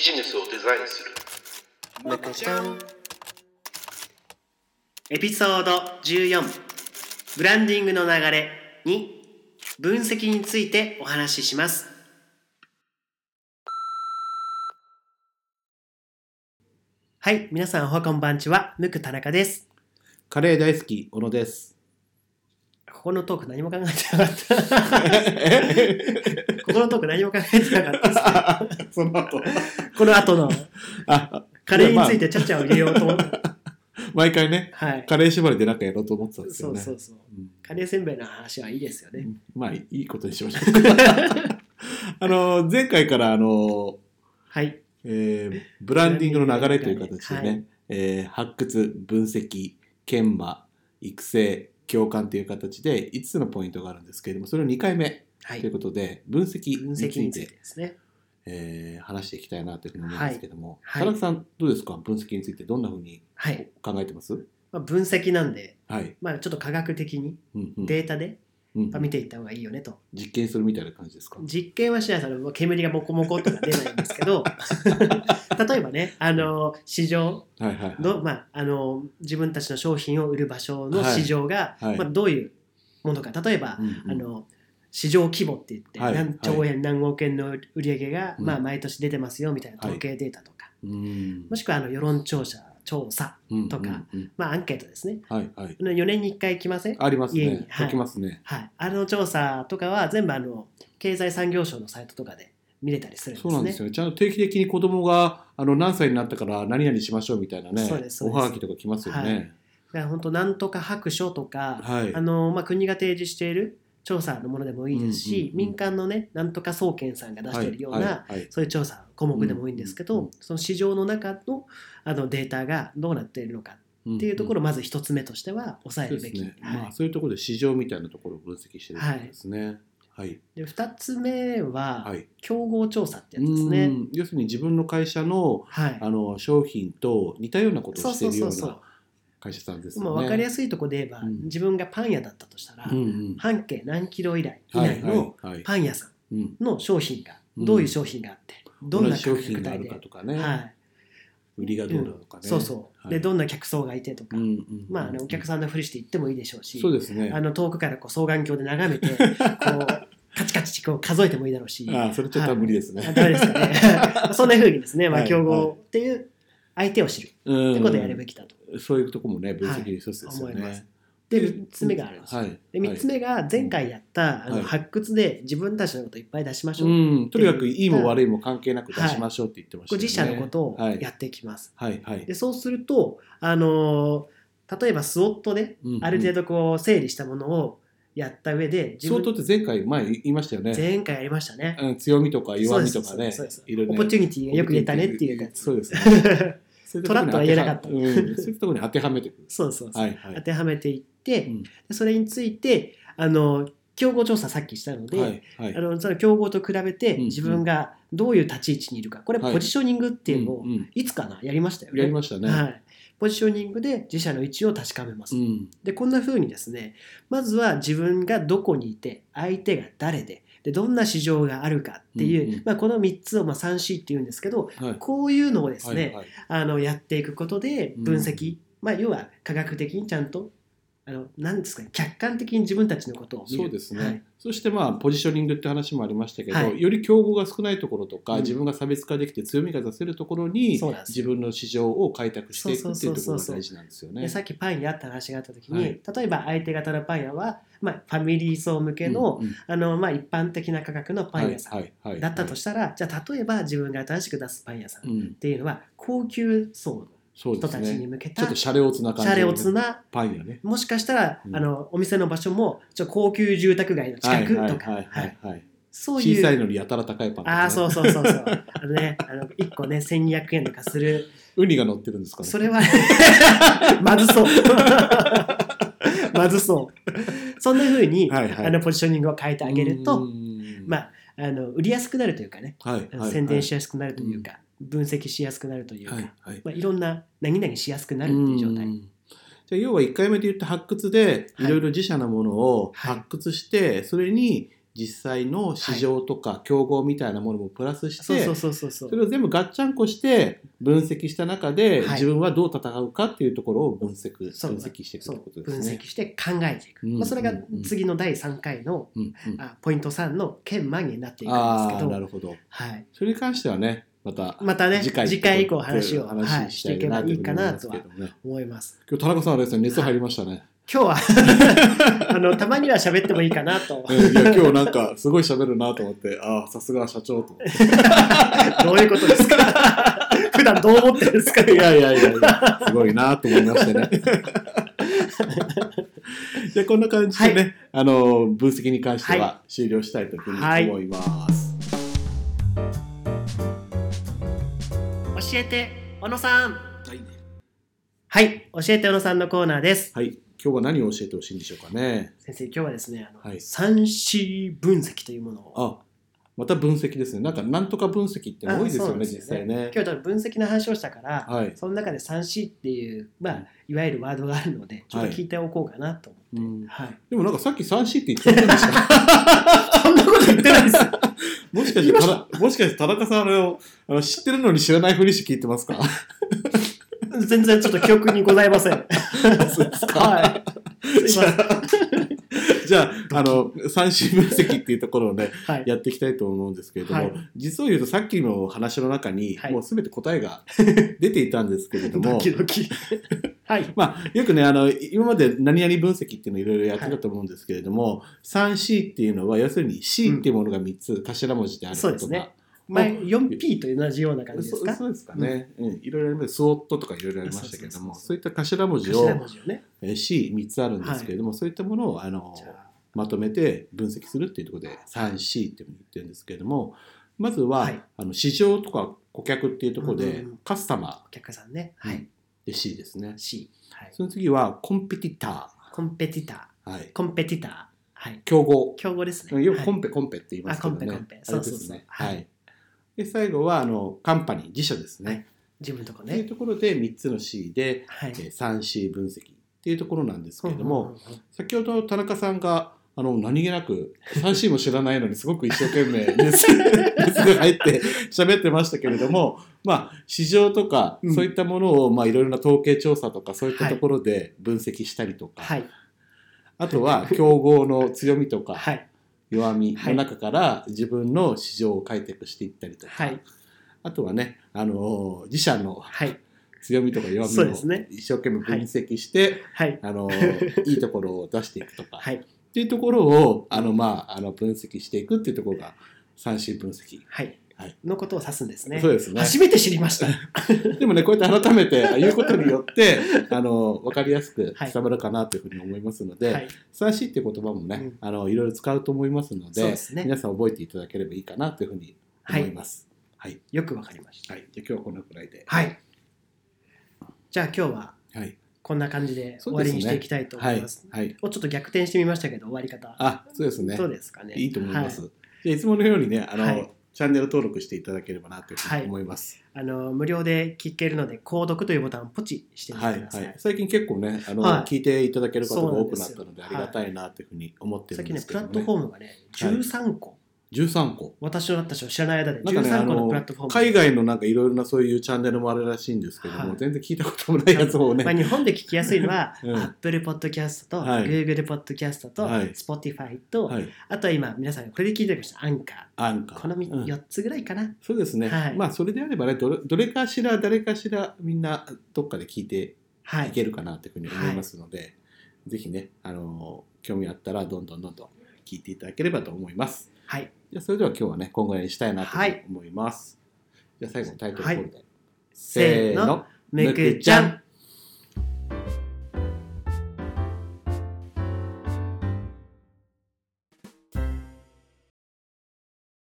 ジネスをデザインするむかちゃん。エピソード14、ブランディングの流れに分析についてお話しします。はい、皆さんおはこんばんちは、むく田中です。 カレー大好き小野です。 ここのトーク何も考えてなかったここのトーク何も考えてなかったですねその後この後のカレーについてちゃちゃを入れようと思って、 毎回ね、 はい、 カレー縛りでなんかやろうと思ってたんですよね。 そう、カレーせんべいの話はいいですよね、 まあいいことにしましょう前回からはい、 ブランディングの流れという形でね、発掘、分析、研磨、育成、共感という形で5つのポイントがあるんですけれども、それを2回目ということで、分析についてですね、 話していきたいなというふうに思うんですけども、 はい、 田中さんどうですか？分析についてどんなふうに考えてます？ 分析なんで、 はい、 ちょっと科学的にデータで見ていった方がいいよねと、 実験するみたいな感じですか？ 実験はしないです。煙がモコモコとか出ないんですけど例えばね、市場、自分たちの商品を売る場所の市場が、どういうものか、例えば、市場規模って言って、何兆円何億円の売り上げが、毎年出てますよみたいな統計データとか、もしくは世論調査とか、アンケートですね、4年に1回来ません？ ありますね。 家に、 来ますね。 調査とかは全部経済産業省のサイトとかで見れたりするんですね。 そうなんですよね。ちゃんと定期的に子供が何歳になったから何々しましょうみたいなね、おはがきとか来ますよね。 だから本当なんとか白書とか、国が提示している調査のものでもいいですし、民間のね、なんとか総研さんが出しているような、そういう調査項目でもいいんですけど、その市場の中のデータがどうなっているのかっていうところをまず一つ目としては抑えるべき。 そういうところで市場みたいなところを分析してるんですね。 で2つ目は、競合調査ってやつですね。 要するに自分の会社の、商品と似たようなことをしているような会社さんですよね。 分かりやすいところで言えば、自分がパン屋だったとしたら、半径何キロ以内のパン屋さんの商品が、どういう商品があって、どんな商品があるかとかね、売りがどうなのかね、 でどんな客層がいてとか、お客さんのふりして行ってもいいでしょうし、 そうですね、 遠くから双眼鏡で眺めてカチカチ数えてもいいだろうし、 それちょっと無理ですね。 ダメですかねそんな風にですね、競合っていう相手を知るってことをやるべきだと。 そういうところもね、分析の一つですよね。 で3つ目があるんですよ。で3つ目が前回やった発掘で自分たちのことをいっぱい出しましょう。 とにかくいいも悪いも関係なく出しましょうって言ってましたね。 自社のことをやっていきます。でそうすると例えばスウォットである程度整理したものをやった上で、 スウォットって前言いましたよね。 前回やりましたね。 強みとか弱みとかね、 オポチュニティがよく言えたねっていうやつ。 そうですねトラッとは言えなかった。 そういうところに当てはめていく。 当てはめていって、それについて競合調査さっきしたので、その競合と比べて自分がどういう立ち位置にいるか、これポジショニングっていうのをいつかなやりましたよね。 やりましたね。 ポジショニングで自社の位置を確かめます。でこんな風にですね、まずは自分がどこにいて、相手が誰で、どんな市場があるかっていう、この3つを3C っていうんですけど、こういうのをですね、やっていくことで分析、要は科学的にちゃんと何ですかね、客観的に自分たちのことを見る。 そうですね。そしてポジショニングって話もありましたけど、より競合が少ないところとか、自分が差別化できて強みが出せるところに自分の市場を開拓していくっていうところが大事なんですよね。 さっきパン屋って話があった時に、例えば相手方のパン屋は、ファミリー層向けの、一般的な価格のパン屋さんだったとしたら、じゃあ例えば自分が新しく出すパン屋さんっていうのは高級層の人たちに向けた、 ちょっとシャレオツな感じのパン屋ね。 もしかしたら、お店の場所も高級住宅街の近くとか、そういう小さいのにやたら高いパンとか、 そう1個ね1200円とかするウニが乗ってるんですかね。 それはまずそうまずそうそんな風にポジショニングを変えてあげると、売りやすくなるというかね、宣伝しやすくなるというか、分析しやすくなるというか、いろんな何々しやすくなるっていう状態。 じゃあ要は1回目で言った発掘でいろいろ自社のものを発掘して、それに実際の市場とか競合みたいなものもプラスして、 それを全部ガッチャンコして分析した中で、自分はどう戦うかっていうところを分析していくということですね。 分析して考えていく。それが次の第3回のポイント3の研磨になっていくんですけど。 なるほど。それに関してはね、またね、次回以降話をしていけばいいかなとは思います。 今日田中さんはですね、熱入りましたね。 今日はたまには喋ってもいいかなと。 いや今日なんかすごい喋るなと思って、さすが社長と思って。 どういうことですか。普段どう思ってるんですか。 いやすごいなと思いましてね。じゃあこんな感じでね、分析に関しては終了したいというふうに思います。 教えて小野さん。はい、教えて小野さんのコーナーです。 はい、今日は何を教えてほしいんでしょうかね。 先生、今日はですね、3C 分析というものを。 また分析ですね。なんとか分析って多いですよね、実際ね。 今日は分析の話をしたから、その中で 3C っていう、いわゆるワードがあるので、ちょっと聞いておこうかなと思って。 でもなんかさっき 3C って言ってませんでした。 そんなこと言ってないです。 もしかして田中さん知ってるのに知らないふりして聞いてますか。 全然ちょっと記憶にございません。 そうですか。はい。じゃあ3C 分析っていうところをね、やっていきたいと思うんですけれども、実を言うとさっきの話の中にもうすべて答えが出ていたんですけれども、よくね今まで何々分析っていうのをいろいろやってたと思うんですけれども、3C っていうのは要するに C っていうものが3つ頭文字であることが。 4P と同じような感じですか。 そうですかね。いろいろあります。スウォットとかいろいろありましたけれども、そういった頭文字を C3 つあるんですけれども、そういったものをまとめて分析するっていうところで 3C っていうふうに言ってるんですけれども、まずは市場とか顧客っていうところでカスタマー、 顧客さんね。 で C ですね。 C。 その次はコンペティター。 コンペティター。 競合。 競合ですね。 よくコンペって言いますけどね。 コンペ。そうですね。 で最後はカンパニー、自社ですね。 自分とかね。 というところで3つの C で、3C 分析っていうところなんですけれども、先ほど田中さんが何気なく 3C も知らないのにすごく一生懸命熱が入って喋ってましたけれども、市場とかそういったものをいろいろな統計調査とかそういったところで分析したりとか、あとは競合の強みとか、弱みの中から自分の市場を開拓していったりとか、あとはね、自社の強みとか弱みを一生懸命分析して、いいところを出していくとか、っていうところを分析していくっていうところが 3C 分析。 のことを指すんですね。 そうですね。 初めて知りました。 でもね、こうやって改めて言うことによって分かりやすく伝わるかなというふうに思いますので、3C っていう言葉もね、いろいろ使うと思いますので、皆さん覚えていただければいいかなというふうに思います。 よくわかりました。 じゃあ今日はこのくらいで。 じゃあ今日はこんな感じで終わりにしていきたいと思います。ちょっと逆転してみましたけど、終わり方。 そうですね。 そうですかね。 いいと思います。いつものようにね、チャンネル登録していただければなというふうに思います。 無料で聞けるので、購読というボタンをポチしてみてください。 最近結構ね、聞いていただける方が多くなったので、ありがたいなというふうに思ってるんですけどね。 最近ね、プラットフォームがね、13個。 13個。 私の知らない間で13個のプラットフォーム。 海外のいろいろなそういうチャンネルもあるらしいんですけども、全然聞いたこともないやつをね。 日本で聞きやすいのは、Apple Podcast と Google Podcast と Spotify と、あとは今皆さんこれで聞いてました、アンカー。この4つぐらいかな。 そうですね。それであればね、どれかしら、誰かしらみんなどっかで聞いていけるかなというふうに思いますので、ぜひね、興味あったらどんどん聞いていただければと思います。じゃあそれでは今日はね、こんぐらいにしたいなと思います。じゃあ最後のタイトルコールで。 せーの、むくちゃん。